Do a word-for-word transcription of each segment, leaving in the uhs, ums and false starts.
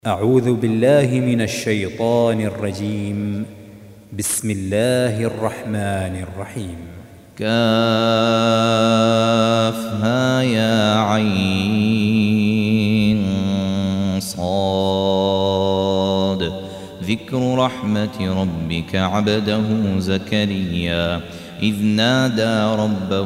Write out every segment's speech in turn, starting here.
أعوذ بالله من الشيطان الرجيم. بسم الله الرحمن الرحيم. كافها يا عين صاد. ذكر رحمة ربك عبده زكريا إذ نادى ربه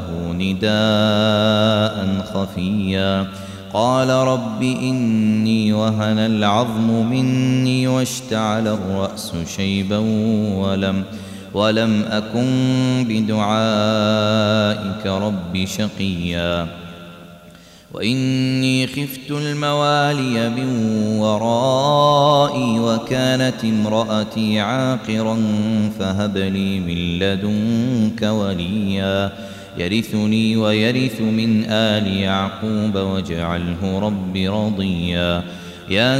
نداء خفيا قال رب إني وهن العظم مني واشتعل الرأس شيبا ولم, ولم أكن بدعائك رب شقيا وإني خفت الموالي من ورائي وكانت امرأتي عاقرا فهب لي من لدنك وليا يرثني ويرث من آل يعقوب واجعله رب رضيا يا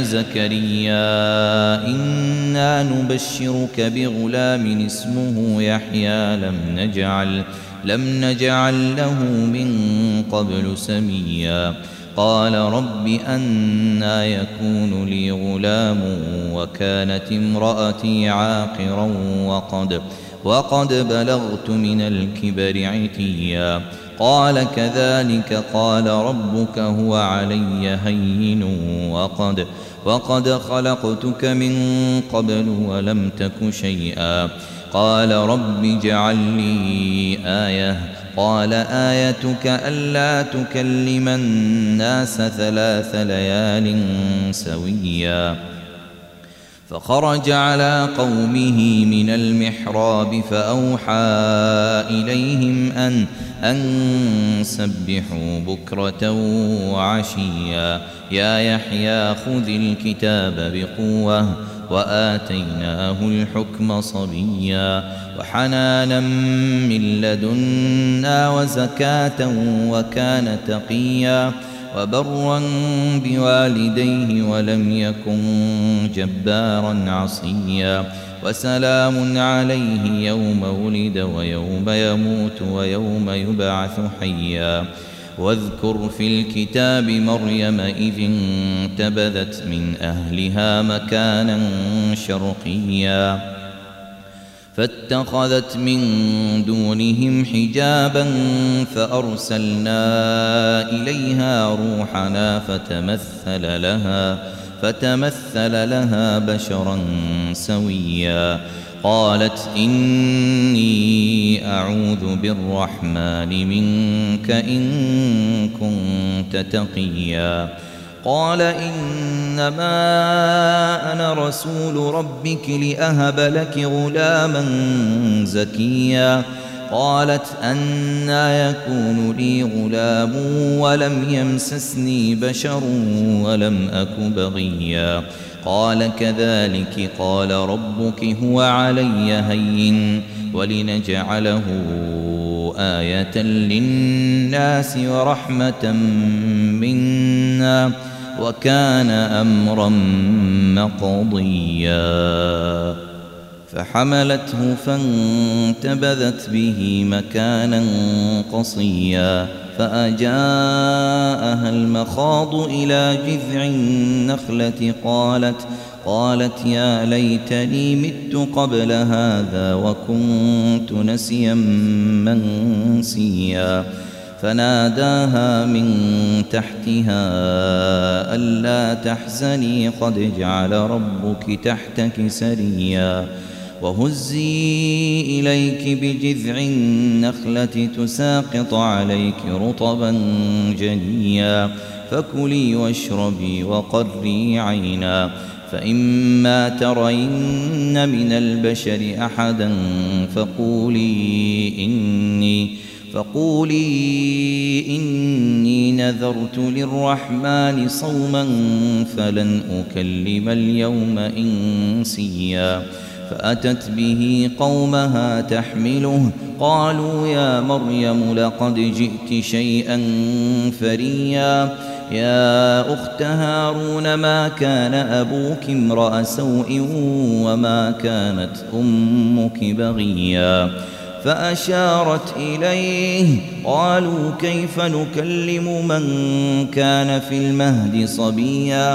زكريا إنا نبشرك بغلام اسمه يحيى لم نجعل, لم نجعل له من قبل سميا قال رب أنى يكون لي غلام وكانت امرأتي عاقرا وقد وقد بلغت من الكبر عتيا قال كذلك قال ربك هو علي هين وقد, وقد خلقتك من قبل ولم تك شيئا قال رب اجعل لي آية قال آيتك ألا تكلم الناس ثلاث ليال سويا فخرج على قومه من المحراب فأوحى إليهم أن, أن سبحوا بكرة وعشيا يا يحيى خذ الكتاب بقوة وآتيناه الحكم صبيا وحنانا من لدنا وزكاة وكان تقيا وبرا بوالديه ولم يكن جبارا عصيا وسلام عليه يوم ولد ويوم يموت ويوم يبعث حيا واذكر في الكتاب مريم إذ انتبذت من أهلها مكانا شرقيا فاتخذت من دونهم حجابا فأرسلنا إليها روحنا فتمثل لها, فتمثل لها بشرا سويا قالت إني أعوذ بالرحمن منك إن كنت تقيا قال إنما أنا رسول ربك لأهب لك غلاما زكيا قالت أنى يكون لي غلام ولم يمسسني بشر ولم أك بغيا قال كذلك قال ربك هو علي هين ولنجعله آية للناس ورحمة منا وكان أمرا مقضيا فحملته فانتبذت به مكانا قصيا فأجاءها المخاض إلى جذع النخلة قالت قالت يا ليتني مت قبل هذا وكنت نسيا منسيا فناداها من تحتها ألا تحزني قد جعل ربك تحتك سريا وهزي إليك بجذع النخلة تساقط عليك رطبا جنيا فكلي واشربي وقري عينا فإما ترين من البشر أحدا فقولي إني فقولي إني نذرت للرحمن صوما فلن أكلم اليوم إنسيا فأتت به قومها تحمله قالوا يا مريم لقد جئت شيئا فريا يا أخت هارون ما كان أبوك امرأ سوء وما كانت أمك بغيا فأشارت إليه قالوا كيف نكلم من كان في المهد صبيا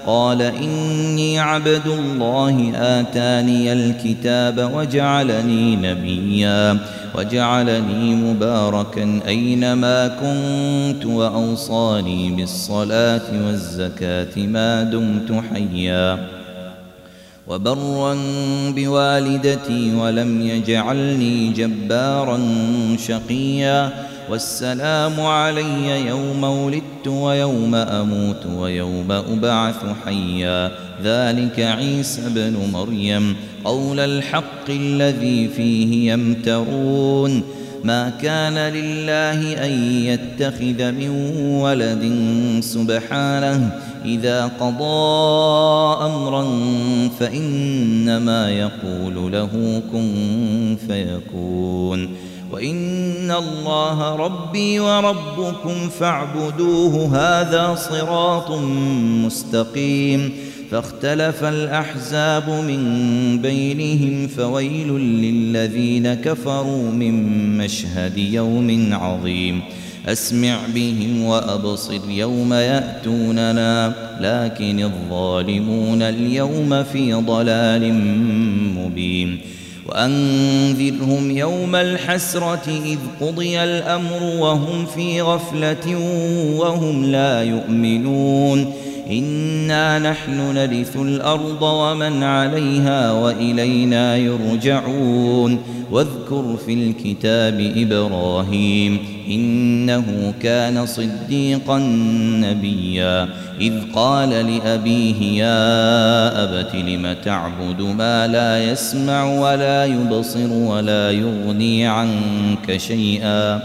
قال إني عبد الله آتاني الكتاب وجعلني نبيا وجعلني مباركا أينما كنت وأوصاني بالصلاة والزكاة ما دمت حيا وبرا بوالدتي ولم يجعلني جبارا شقيا والسلام علي يوم ولدت ويوم أموت ويوم أبعث حيا ذلك عيسى بن مريم قول الحق الذي فيه يمترون ما كان لله أن يتخذ من ولد سبحانه إذا قضى أمرا فإنما يقول له كن فيكون وإن الله ربي وربكم فاعبدوه هذا صراط مستقيم فاختلف الأحزاب من بينهم فويل للذين كفروا من مشهد يوم عظيم أسمع بهم وأبصر يوم يأتوننا لكن الظالمون اليوم في ضلال مبين وأنذرهم يوم الحسرة إذ قضي الأمر وهم في غفلة وهم لا يؤمنون إنا نحن نرث الأرض ومن عليها وإلينا يرجعون واذكر في الكتاب إبراهيم إنه كان صديقا نبيا إذ قال لأبيه يا أبت لم تعبد ما لا يسمع ولا يبصر ولا يغني عنك شيئا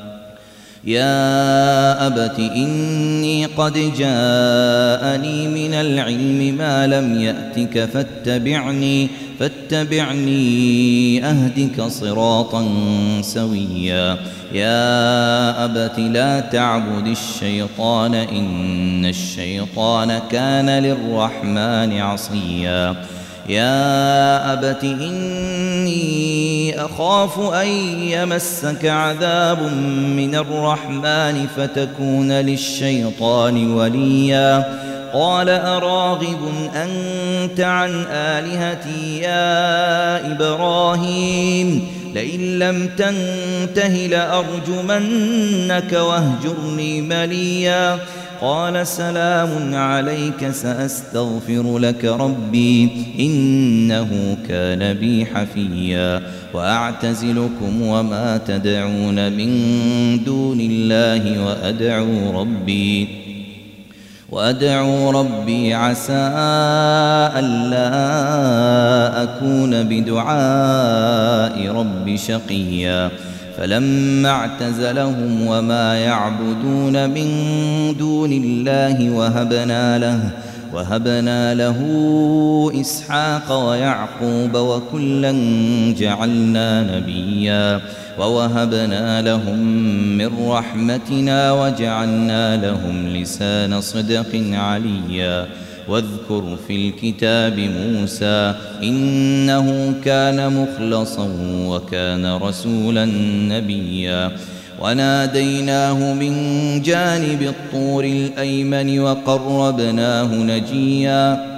يا أبت إني قد جاءني من العلم ما لم يأتك فاتبعني فاتبعني أهدك صراطا سويا يا أبت لا تعبد الشيطان إن الشيطان كان للرحمن عصيا يا أبت إني أخاف أن يمسك عذاب من الرحمن فتكون للشيطان وليا قال أراغب أنت عن آلهتي يا إبراهيم لئن لم تنته لأرجمنك واهجرني مليا قال سلام عليك سأستغفر لك ربي إنه كان بي حفيا وأعتزلكم وما تدعون من دون الله وأدعو ربي وأدعو ربي عسى ألا أكون بدعاء ربي شقيا فلما اعتزلهم وما يعبدون من دون الله وهبنا له وهبنا له إسحاق ويعقوب وكلا جعلنا نبيا ووهبنا لهم من رحمتنا وجعلنا لهم لسان صدق عليا واذكر في الكتاب موسى إنه كان مخلصا وكان رسولا نبيا وناديناه من جانب الطور الأيمن وقربناه نجيا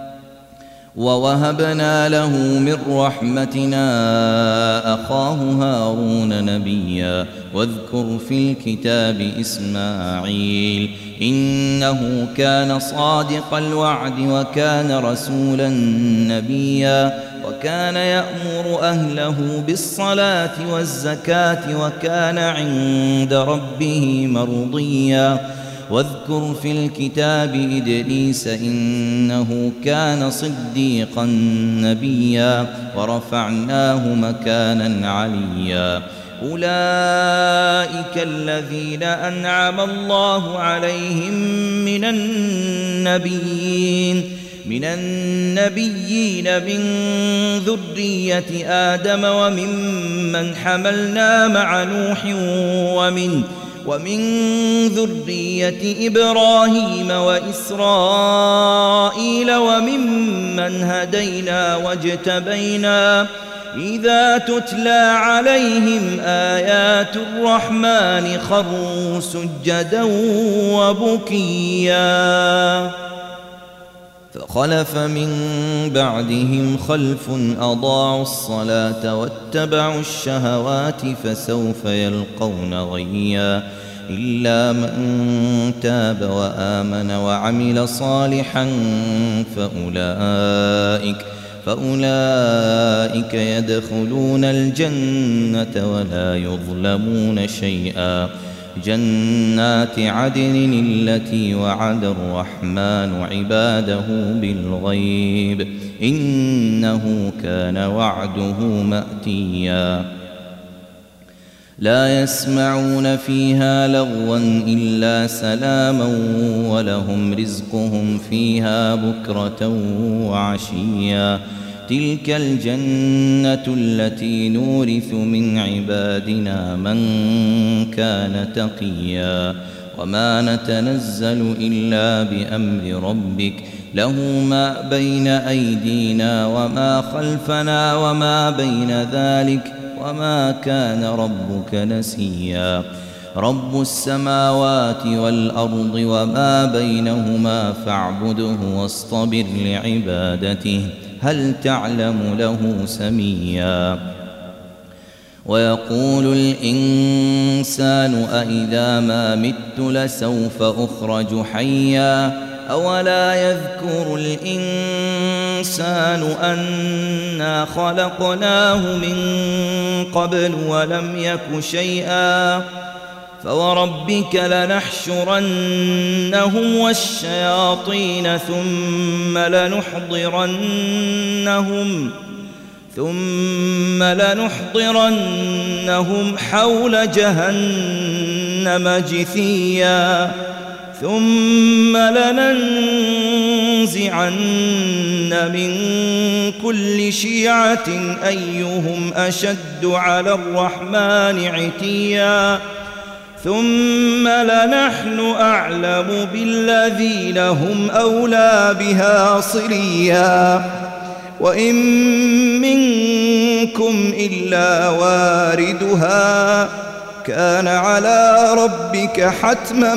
ووهبنا له من رحمتنا أخاه هارون نبيا واذكر في الكتاب إسماعيل إنه كان صادق الوعد وكان رسولا نبيا وكان يأمر أهله بالصلاة والزكاة وكان عند ربه مرضيا واذكر في الكتاب إدريس إنه كان صديقا نبيا ورفعناه مكانا عليا أولئك الذين أنعم الله عليهم من النبيين من النبيين من ذرية آدم وممن حملنا مع نوح ومن ومن ذرية إبراهيم وإسرائيل وممن هدينا واجتبينا إذا تتلى عليهم آيات الرحمن خروا سجدا وبكيا فخلف من بعدهم خلف أضاعوا الصلاة واتبعوا الشهوات فسوف يلقون غيا إلا من تاب وآمن وعمل صالحا فأولئك فأولئك يدخلون الجنة ولا يظلمون شيئا جنات عدن التي وعد الرحمن عباده بالغيب إنه كان وعده مأتيا لا يسمعون فيها لغوا إلا سلاما ولهم رزقهم فيها بكرة وعشيا تلك الجنة التي نورث من عبادنا من كان تقيا وما نتنزل إلا بأمر ربك له ما بين أيدينا وما خلفنا وما بين ذلك وما كان ربك نسيا رب السماوات والأرض وما بينهما فاعبده واصطبر لعبادته هل تعلم له سميا ويقول الإنسان أإذا ما مت لسوف أخرج حيا أولا يذكر الإنسان أنا خلقناه من قبل ولم يك شيئا فوربك لنحشرنهم والشياطين ثم لنحضرنهم ثم لنحضرنهم حول جهنم جثيا ثم لننزعن من كل شيعة أيهم أشد على الرحمن عتيا ثم لنحن أعلم بالذين هم أولى بها صليا وإن منكم إلا واردها كان على ربك حتما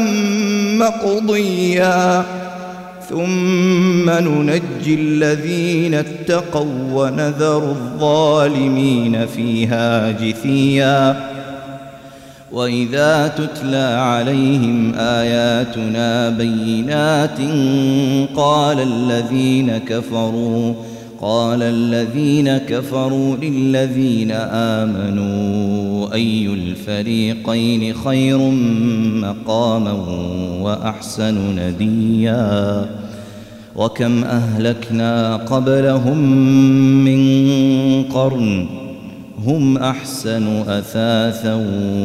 مقضيا ثم ننجي الذين اتقوا ونذر الظالمين فيها جثيا وإذا تتلى عليهم آياتنا بينات قال الذين كفروا قال الذين كفروا للذين آمنوا أي الفريقين خير مقاما وأحسن نديا وكم أهلكنا قبلهم من قرن هم أحسن أثاثا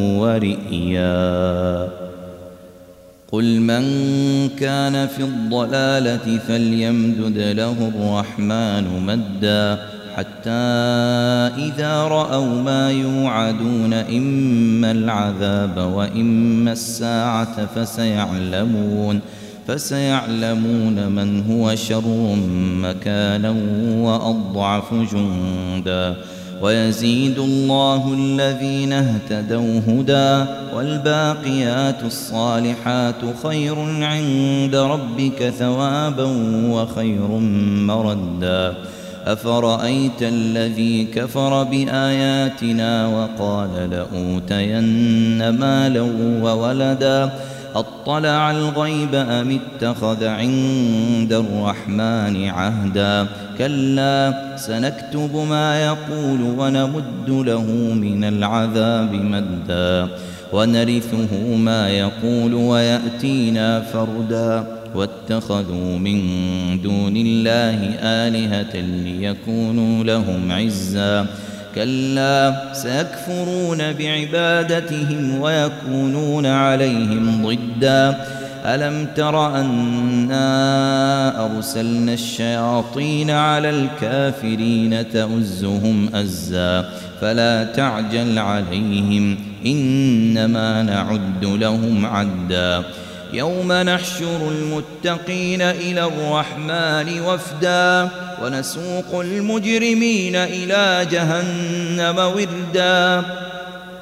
ورئيا قل من كان في الضلالة فليمدد له الرحمن مدا حتى إذا رأوا ما يوعدون إما العذاب وإما الساعة فسيعلمون فسيعلمون من هو شر مكانا وأضعف جندا ويزيد الله الذين اهتدوا هدى والباقيات الصالحات خير عند ربك ثوابا وخير مردا أفرأيت الذي كفر بآياتنا وقال لأوتين مالا وولدا أطلع الغيب أم اتخذ عند الرحمن عهدا كلا سنكتب ما يقول ونمد له من العذاب مدا ونرثه ما يقول ويأتينا فردا واتخذوا من دون الله آلهة ليكونوا لهم عزا كلا سيكفرون بعبادتهم ويكونون عليهم ضدا ألم تر أنا أرسلنا الشياطين على الكافرين تؤزهم أزا فلا تعجل عليهم إنما نعد لهم عدا يوم نحشر المتقين إلى الرحمن وفدا ونسوق المجرمين إلى جهنم وردا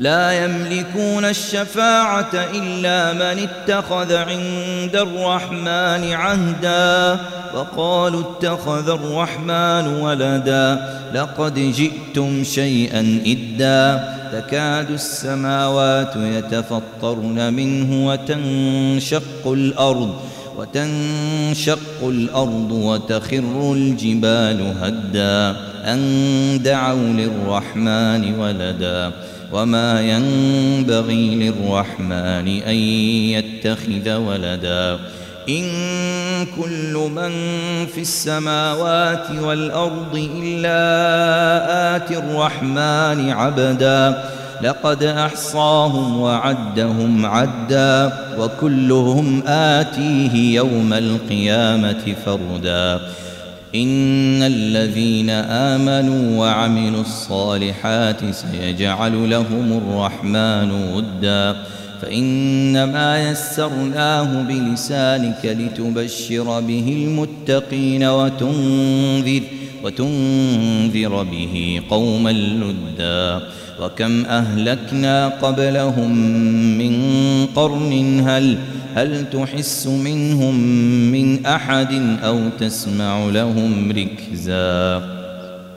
لا يملكون الشفاعة إلا من اتخذ عند الرحمن عهدا وقالوا اتخذ الرحمن ولدا لقد جئتم شيئا إدا تكاد السماوات يتفطرن منه وتنشق الأرض وتنشق الأرض وتخر الجبال هدا أن دعوا للرحمن ولدا وما ينبغي للرحمن أن يتخذ ولدا إن كل من في السماوات والأرض إلا آتي الرحمن عبدا لقد أحصاهم وعدهم عدا وكلهم آتيه يوم القيامة فردا إن الذين آمنوا وعملوا الصالحات سيجعل لهم الرحمن ودا فإنما يسرناه بلسانك لتبشر به المتقين وتنذر, وتنذر به قوما لدا وكم أهلكنا قبلهم من قرن هل, هل تحس منهم من أحد أو تسمع لهم ركزا